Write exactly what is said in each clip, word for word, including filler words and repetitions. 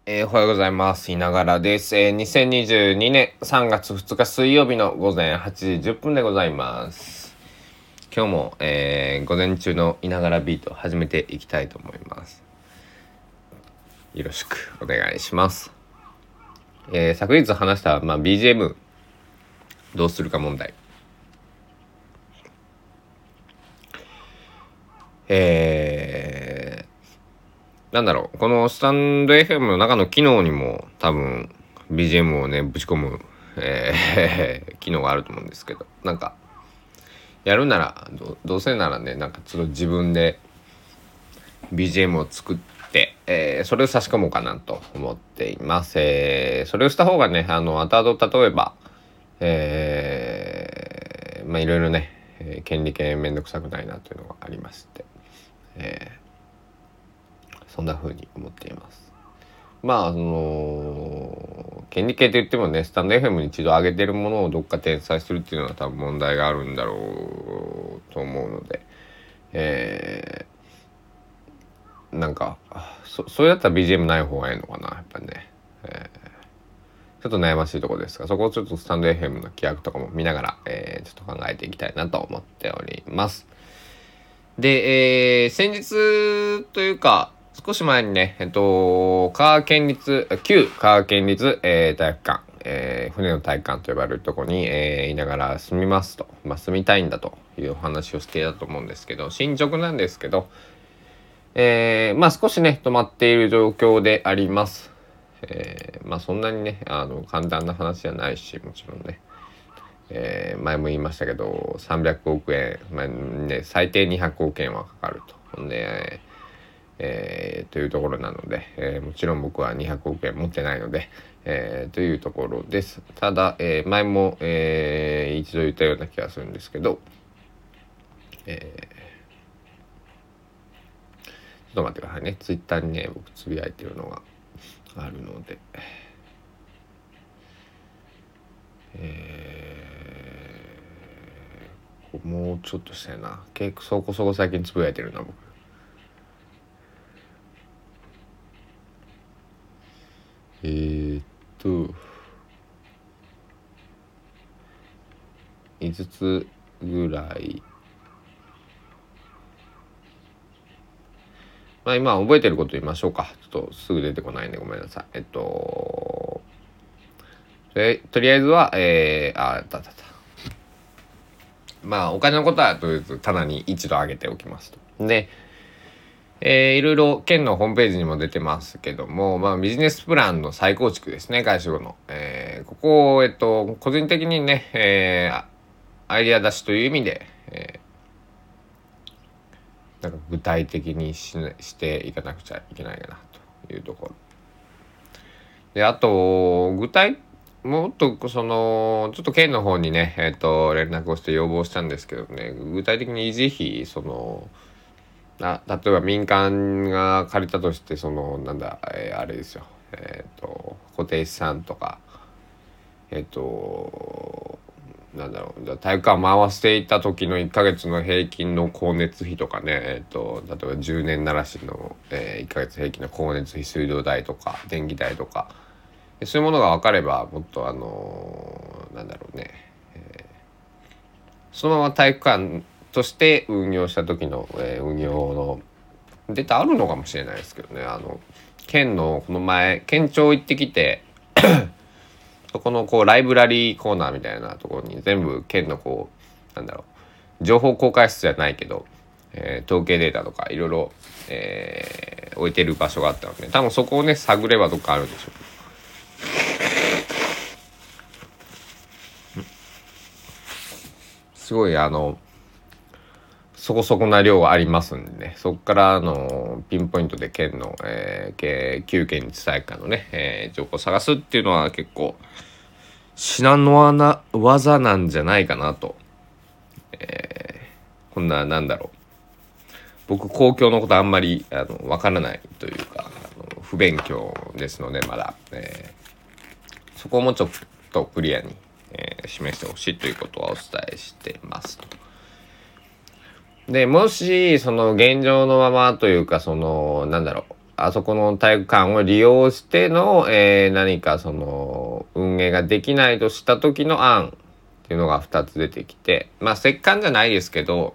えーおはようございます。いながらです。えーにせんにじゅうにねんさんがつふつか水曜日の午前はちじじゅっぷんでございます。今日も、えー午前中のいながらビートを始めていきたいと思います。よろしくお願いします。えー昨日話した、まあ、ビージーエム どうするか問題。えーなんだろう、このスタンド エフエム の中の機能にも多分 ビージーエム をねぶち込む、えー機能があると思うんですけど、なんかやるなら ど, どうせならね、なんかちょっと自分で ビージーエム を作って、えーそれを差し込もうかなと思っています。えーそれをした方がね、あの後々例えばえーまあいろいろね、えー権利系めんどくさくないなというのがありまして、えーそんな風に思っています。まあその権利系といってもね、スタンド エフエム に一度上げてるものをどっか転載するっていうのは多分問題があるんだろうと思うので、えー、なんかそそれだったら ビージーエム ない方がいいのかな、やっぱりね、えー、ちょっと悩ましいところですが、そこをちょっとスタンド エフエム の規約とかも見ながら、えー、ちょっと考えていきたいなと思っております。で、えー、先日というか少し前にね、えっと、香川県立、旧香川県立、えー、体育館、えー、船の体育館と呼ばれるところに、えー、いながら住みますと、まあ、住みたいんだというお話をしていたと思うんですけど、進捗なんですけど、えー、まあ少しね、止まっている状況であります。えー、まあそんなにね、あの、簡単な話じゃないし、もちろんね、えー、前も言いましたけどさんびゃくおくえん、まあね、最低にひゃくおくえんはかかると。で、えー、というところなので、えー、もちろん僕はにひゃくおくえん持ってないので、えー、というところです。ただ、えー、前も、えー、一度言ったような気がするんですけど、えー、ちょっと待ってくださいね。ツイッターにね、僕つぶやいてるのがあるので、えー、もうちょっとしたいな。結構そこそこ最近つぶやいてるな僕。えーっといつつぐらい、まあ今覚えてること言いましょうか。ちょっとすぐ出てこないんでごめんなさい。えっとでとりあえずはえー、あたたたまあお金のことはとりあえず棚に一度上げておきますと。で、えー、いろいろ県のホームページにも出てますけども、まあビジネスプランの再構築ですね、開始後の、えー、ここをえっと個人的にね、えー、アイデア出しという意味で、えー、なんか具体的にししていかなくちゃいけないかなというところで、あと具体もっとそのちょっと県の方にね、えっと連絡をして要望したんですけどね、具体的に維持費、そのあ例えば民間が借りたとして、そのなんだ、えーあれですよ、えっと固定資産とか、えっとなんだろう、体育館回していた時のいっかげつの平均の光熱費とかね、えっと例えばじゅうねんならしの、えー、いっかげつ平均の光熱費、水道代とか電気代とか、そういうものが分かればもっとあのー、なんだろうね、えー、そのまま体育館として運用した時の、えー、運用のデータあるのかもしれないですけどね。あの県のこの前県庁行ってきてそこのこうライブラリーコーナーみたいなところに全部県のこうなんだろう、情報公開室じゃないけど、えー、統計データとかいろいろ、えー、置いてる場所があったので、多分そこをね探ればどっかあるんでしょう。すごいあのそこそこな量ありますんでね、そこからあのピンポイントで県の、えー、旧県立体育館のね、えー、情報を探すっていうのは結構至難の技技なんじゃないかなと、えー、こんななんだろう、僕公共のことあんまりあのわからないというか、あの不勉強ですのでまだ、えー、そこをもうちょっとクリアに、えー、示してほしいということはお伝えしてますと。でもしその現状のままというか、そのなんだろう、 あそこの体育館を利用しての、えー、何かその運営ができないとした時の案っていうのがふたつ出てきて、まあ折檻じゃないですけど、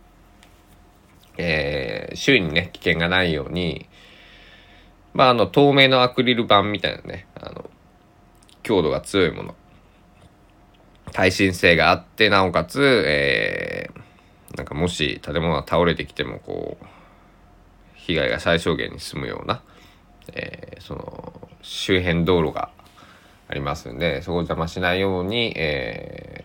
えー、周囲にね危険がないように、まああの透明のアクリル板みたいなね、あの強度が強いもの、耐震性があってなおかつ、えー、なんかもし建物が倒れてきてもこう被害が最小限に済むような、えー、その周辺道路がありますんで、そこを邪魔しないように、え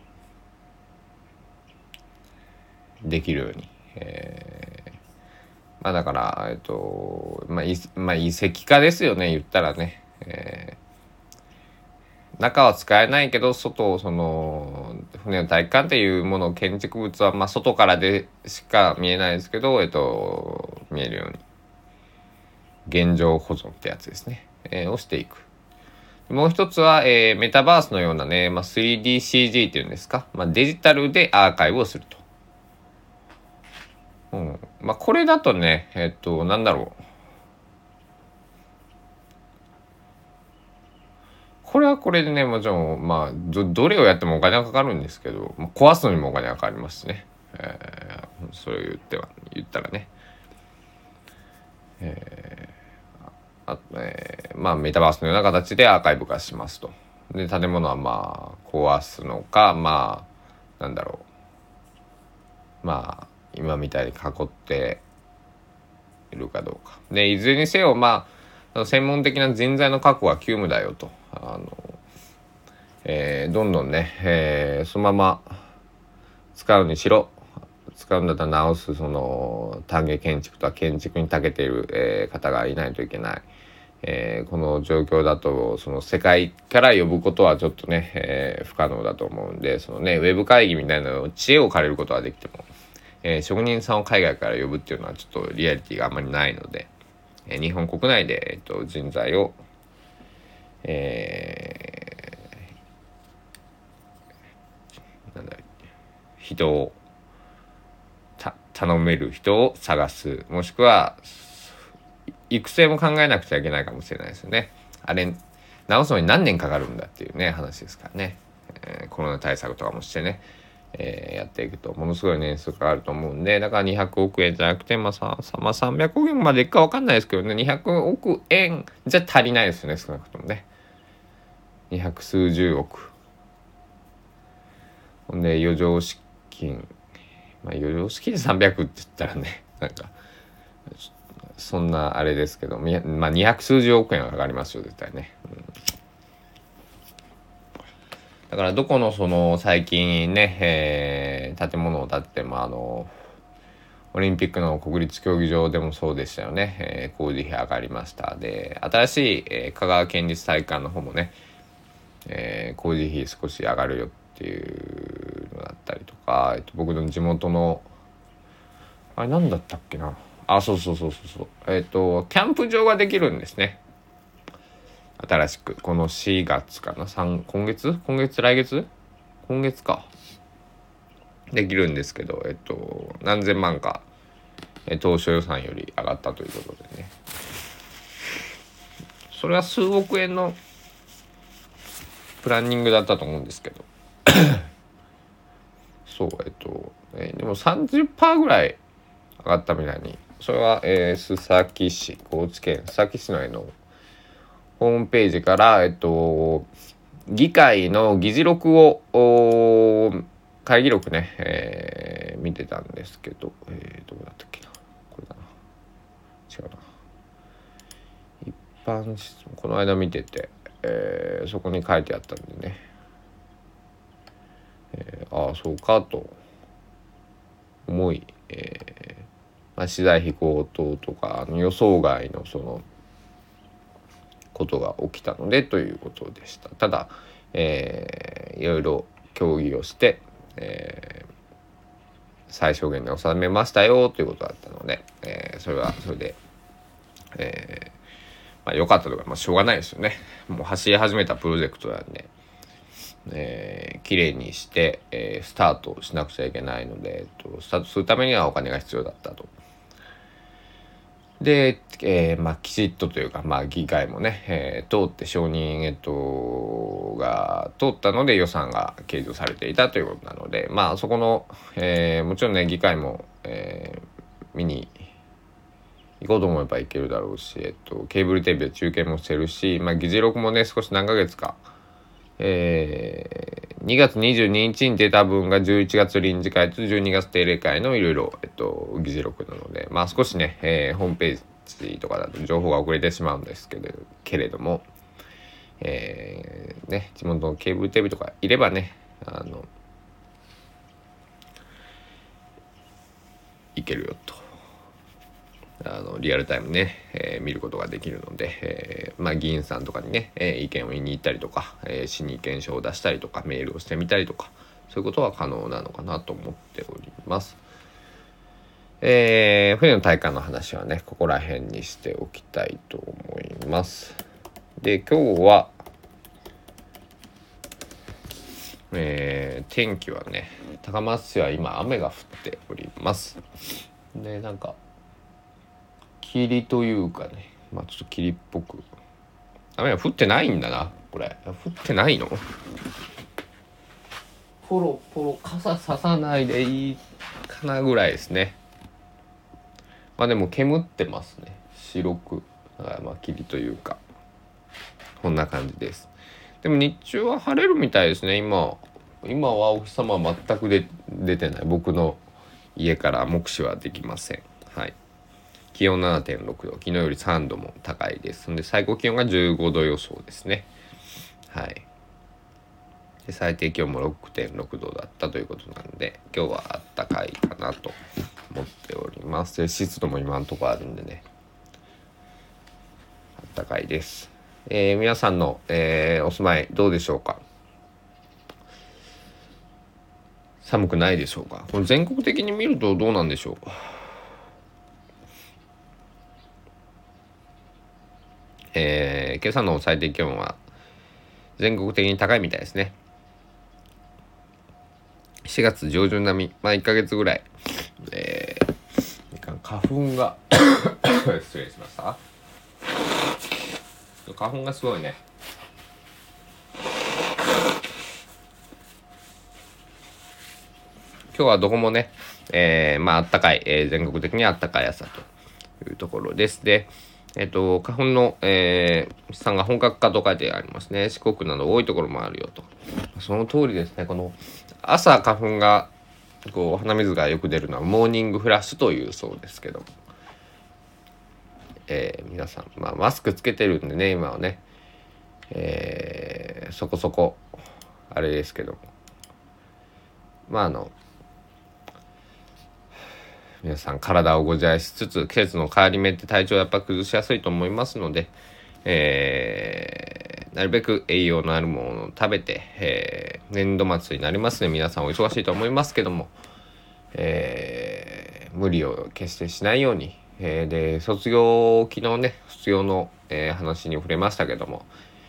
ー、できるように、えー、まあだからえっとまあいまあ遺跡化ですよね、言ったらね。えー中は使えないけど外をその船の体育館っていうもの建築物はまあ外からでしか見えないですけど、えっと見えるように現状保存ってやつですね、えー、をしていく。もう一つは、えー、メタバースのようなね、まあ、スリーディーシージー っていうんですか、まあ、デジタルでアーカイブをすると。うん、まあこれだとね、えっとなんだろう、これはこれでね、もちろんまあ ど, どれをやってもお金はかかるんですけど、まあ、壊すのにもお金がかかりますしね、えー、それを言っては言ったらね、えーあえー、まあメタバースのような形でアーカイブ化しますと。で建物はまあ壊すのか、まあなんだろう、まあ今みたいに囲っているかどうかで、いずれにせよまあ専門的な人材の確保は急務だよと。あの、えー、どんどんね、えー、そのまま使うにしろ、使うんだったら直すその単元建築とは建築に長けている、えー、方がいないといけない。えー、この状況だとその世界から呼ぶことはちょっとね、えー、不可能だと思うんで、そのねウェブ会議みたいなの知恵を借りることはできても、えー、職人さんを海外から呼ぶっていうのはちょっとリアリティがあんまりないので、えー、日本国内で、えー、と人材を、えー、なんだ人をた頼める人を探す、もしくは育成も考えなくちゃいけないかもしれないですよね。あれ直すのに何年かかるんだっていうね話ですからね、えー、コロナ対策とかもしてね、えー、やっていくとものすごい年数かかると思うんで、だからにひゃくおくえんじゃなくて、まあさ、まあ、さんびゃくおくえんまでいくか分かんないですけどね、にひゃくおくえんじゃ足りないですよね、少なくともね。にひゃく数十億。ほんで余剰資金、まあ余剰資金さんびゃくって言ったらね、なんかそんなあれですけど、まあにひゃく数十億円はかかりますよ絶対ね、うん、だからどこのその最近ね、えー、建物を建ててもあのオリンピックの国立競技場でもそうでしたよね、えー、工事費上がりました。で新しい、えー、香川県立体育館の方もね、えー、工事費少し上がるよっていうのだったりとか、えっと、僕の地元のあれ何だったっけなあ、そうそうそうそうそう、えっとキャンプ場ができるんですね、新しく。このしがつかな、今月今月来月今月かできるんですけど、えっと何千万か当初予算より上がったということでね、それは数億円のプランニングだったと思うんですけどそう、えっと、えー、でも さんじゅっパーセント ぐらい上がったみたいに、それは、えー、須崎市、高知県須崎市内のホームページから、えっと、議会の議事録を、会議録ね、えー、見てたんですけど、えー、どこだったっけな、これだな、違うな、一般質問、この間見てて、えー、そこに書いてあったんでね、えー、ああそうかと思い、えーまあ、資材費高騰とか予想外のそのことが起きたのでということでした。ただ、えー、いろいろ協議をして、えー、最小限で収めましたよということだったので、えー、それはそれで、えーまあ、良かったとか、まあ、しょうがないですよね。もう走り始めたプロジェクトなんで、えー、きれいにして、えー、スタートしなくちゃいけないので、えっと、スタートするためにはお金が必要だったと。 で、えー、まあきちっとというか、まあ議会もね、えー、通って承認、えっと、が通ったので予算が計上されていたということなので、まあそこの、えー、もちろんね、議会も、えー、見に行こうと思えば行けるだろうし、えっと、ケーブルテレビで中継もしてるし、まあ議事録もね、少し何ヶ月か、えー、にがつにじゅうににちに出た分がじゅういちがつ臨時会とじゅうにがつ定例会のいろいろ、えっと、議事録なので、まあ少しね、えー、ホームページとかだと情報が遅れてしまうんですけれど、けれども、えー、ね、地元のケーブルテレビとかいればね、あの、いけるよと。あのリアルタイムね、えー、見ることができるので、えー、まあ議員さんとかにね、えー、意見を言いに行ったりとか、えー、市に意見書を出したりとかメールをしてみたりとか、そういうことは可能なのかなと思っております。えー、冬の大会の話はねここら辺にしておきたいと思います。で今日は、えー、天気はね高松市は今雨が降っております。でなんか霧というかね、まあちょっと霧っぽく、雨は降ってないんだな、これ降ってないの。ポロポロ傘ささないでいいかなぐらいですね。まあでも煙ってますね、白く。だからまあ霧というかこんな感じです。でも日中は晴れるみたいですね。今今はお日様は全くで出てない。僕の家から目視はできません。はい。気温 ななてんろく 度、昨日よりさんども高いです。で最高気温がじゅうごど予想ですね。はい。で最低気温も ろくてんろく 度だったということなんで、今日はあったかいかなと思っております。で湿度も今のところあるんでね、あったかいです。えー、皆さんの、えー、お住まいどうでしょうか。寒くないでしょうか。これ全国的に見るとどうなんでしょう。えー、今朝の最低気温は全国的に高いみたいですね。しがつ上旬並み、まあいっかげつぐらい、えー、花粉が失礼しました。花粉がすごいね。今日はどこもね、えー、まああったかい、えー、全国的にあったかい朝というところです。で、えっ、ー、と花粉の、えー、飛散が本格化と書いてありますね。四国など多いところもあるよと。その通りですね。この朝花粉がこう鼻水がよく出るのはモーニングフラッシュというそうですけど、えー、皆さん、まあ、マスクつけてるんでね今はね、えー、そこそこあれですけど、まああの皆さん体をご自愛しつつ、季節の変わり目って体調やっぱ崩しやすいと思いますので、えー、なるべく栄養のあるものを食べて、えー、年度末になりますね。皆さんお忙しいと思いますけども、えー、無理を決してしないように、えー、で卒業昨日ね卒業の、えー、話に触れましたけども、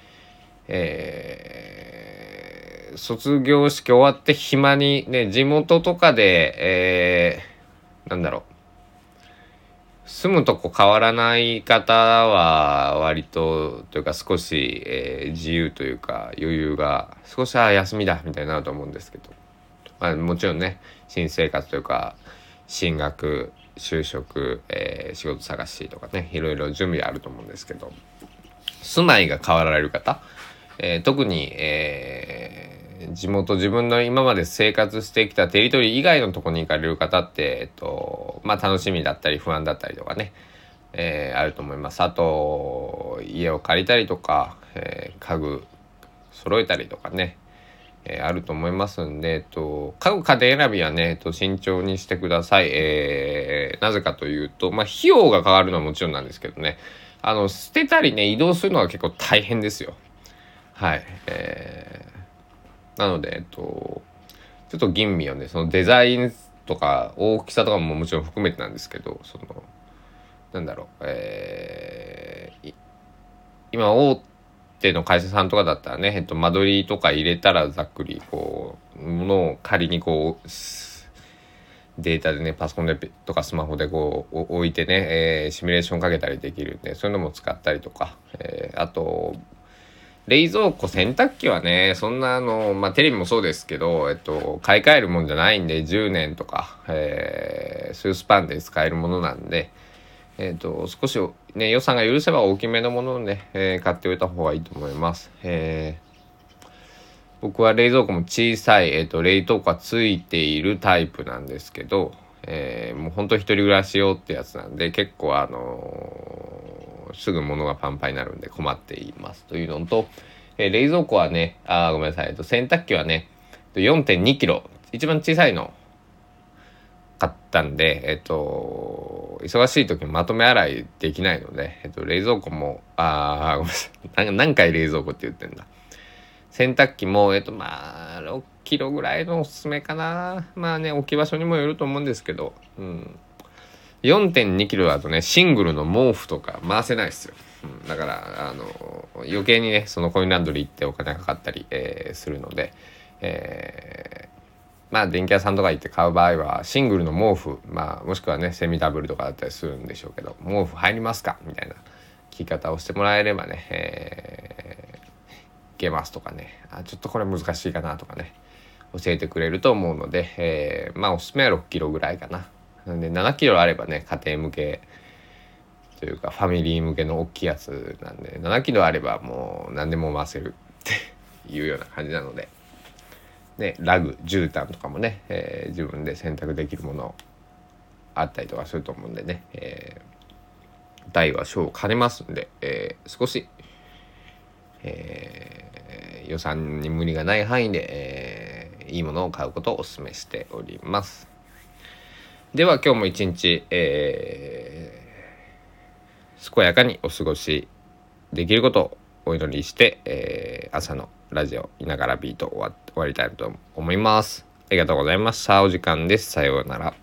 えー、卒業式終わって暇にね地元とかで、えーなんだろう、住むとこ変わらない方は割とというか少し、えー、自由というか余裕が少しは休みだみたいになると思うんですけど、まあ、もちろんね新生活というか進学就職、えー、仕事探しとかねいろいろ準備あると思うんですけど、住まいが変わられる方、えー、特に、えー地元自分の今まで生活してきたテリトリー以外のところに行かれる方って、えっとまあ、楽しみだったり不安だったりとかね、えー、あると思います。あと家を借りたりとか、えー、家具揃えたりとかね、えー、あると思いますんで、えっと、家具家電選びはね、えっと、慎重にしてください。えー、なぜかというと、まあ、費用がかかるのはもちろんなんですけどね、あの捨てたりね移動するのは結構大変ですよ。はい、えーなので、えっと、ちょっと吟味をね、そのデザインとか大きさとかももちろん含めてなんですけど、その、なんだろう、えー、今大手の会社さんとかだったらね、えっと、間取りとか入れたらざっくりこう、ものを仮にこう、 データでねパソコンでとかスマホでこう置いてね、えー、シミュレーションかけたりできるんでそういうのも使ったりとか、えー、あと冷蔵庫洗濯機はねそんなあのまあテレビもそうですけど、えっと、買い替えるもんじゃないんでじゅうねんとか、えー、数スパンで使えるものなんで、えっと、少しね予算が許せば大きめのものをね、えー、買っておいた方がいいと思います。えー僕は冷蔵庫も小さい、えーと、冷凍庫がついているタイプなんですけど、えー、もうほんと一人暮らし用ってやつなんで結構あのー、すぐ物がパンパンになるんで困っていますというのと、えー、冷蔵庫はねあごめんなさい、えっと、洗濯機はね よんてんにキロ一番小さいの買ったんで、えっと、忙しい時にまとめ洗いできないので、えっと、冷蔵庫もあごめんなさい何回冷蔵庫って言ってんだ。洗濯機も、えっと、まあ、ろっキロぐらいのおすすめかな。まあね、置き場所にもよると思うんですけど、うん。よんてんにキロだとね、シングルの毛布とか回せないですよ。うん、だから、あの、余計にね、そのコインランドリーってお金かかったり、えー、するので、えー、まあ、電気屋さんとか行って買う場合は、シングルの毛布、まあ、もしくはね、セミダブルとかだったりするんでしょうけど、毛布入りますかみたいな聞き方をしてもらえればね、えーけますとかね、あちょっとこれ難しいかなとかね教えてくれると思うので、えー、まあおすすめはろっキロぐらいかな。なんでななキロあればね家庭向けというかファミリー向けの大きいやつなんでななキロあればもう何でも回せるっていうような感じなので、ね、ラグ絨毯とかもね、えー、自分で選択できるものあったりとかすると思うんでね、えー、大は小を兼ねますんで、えー、少しえー、予算に無理がない範囲で、えー、いいものを買うことをお勧めしております。では今日も一日、えー、健やかにお過ごしできることをお祈りして、えー、朝のラジオいながらビート終わ終わりたいと思います。ありがとうございました。お時間です。さようなら。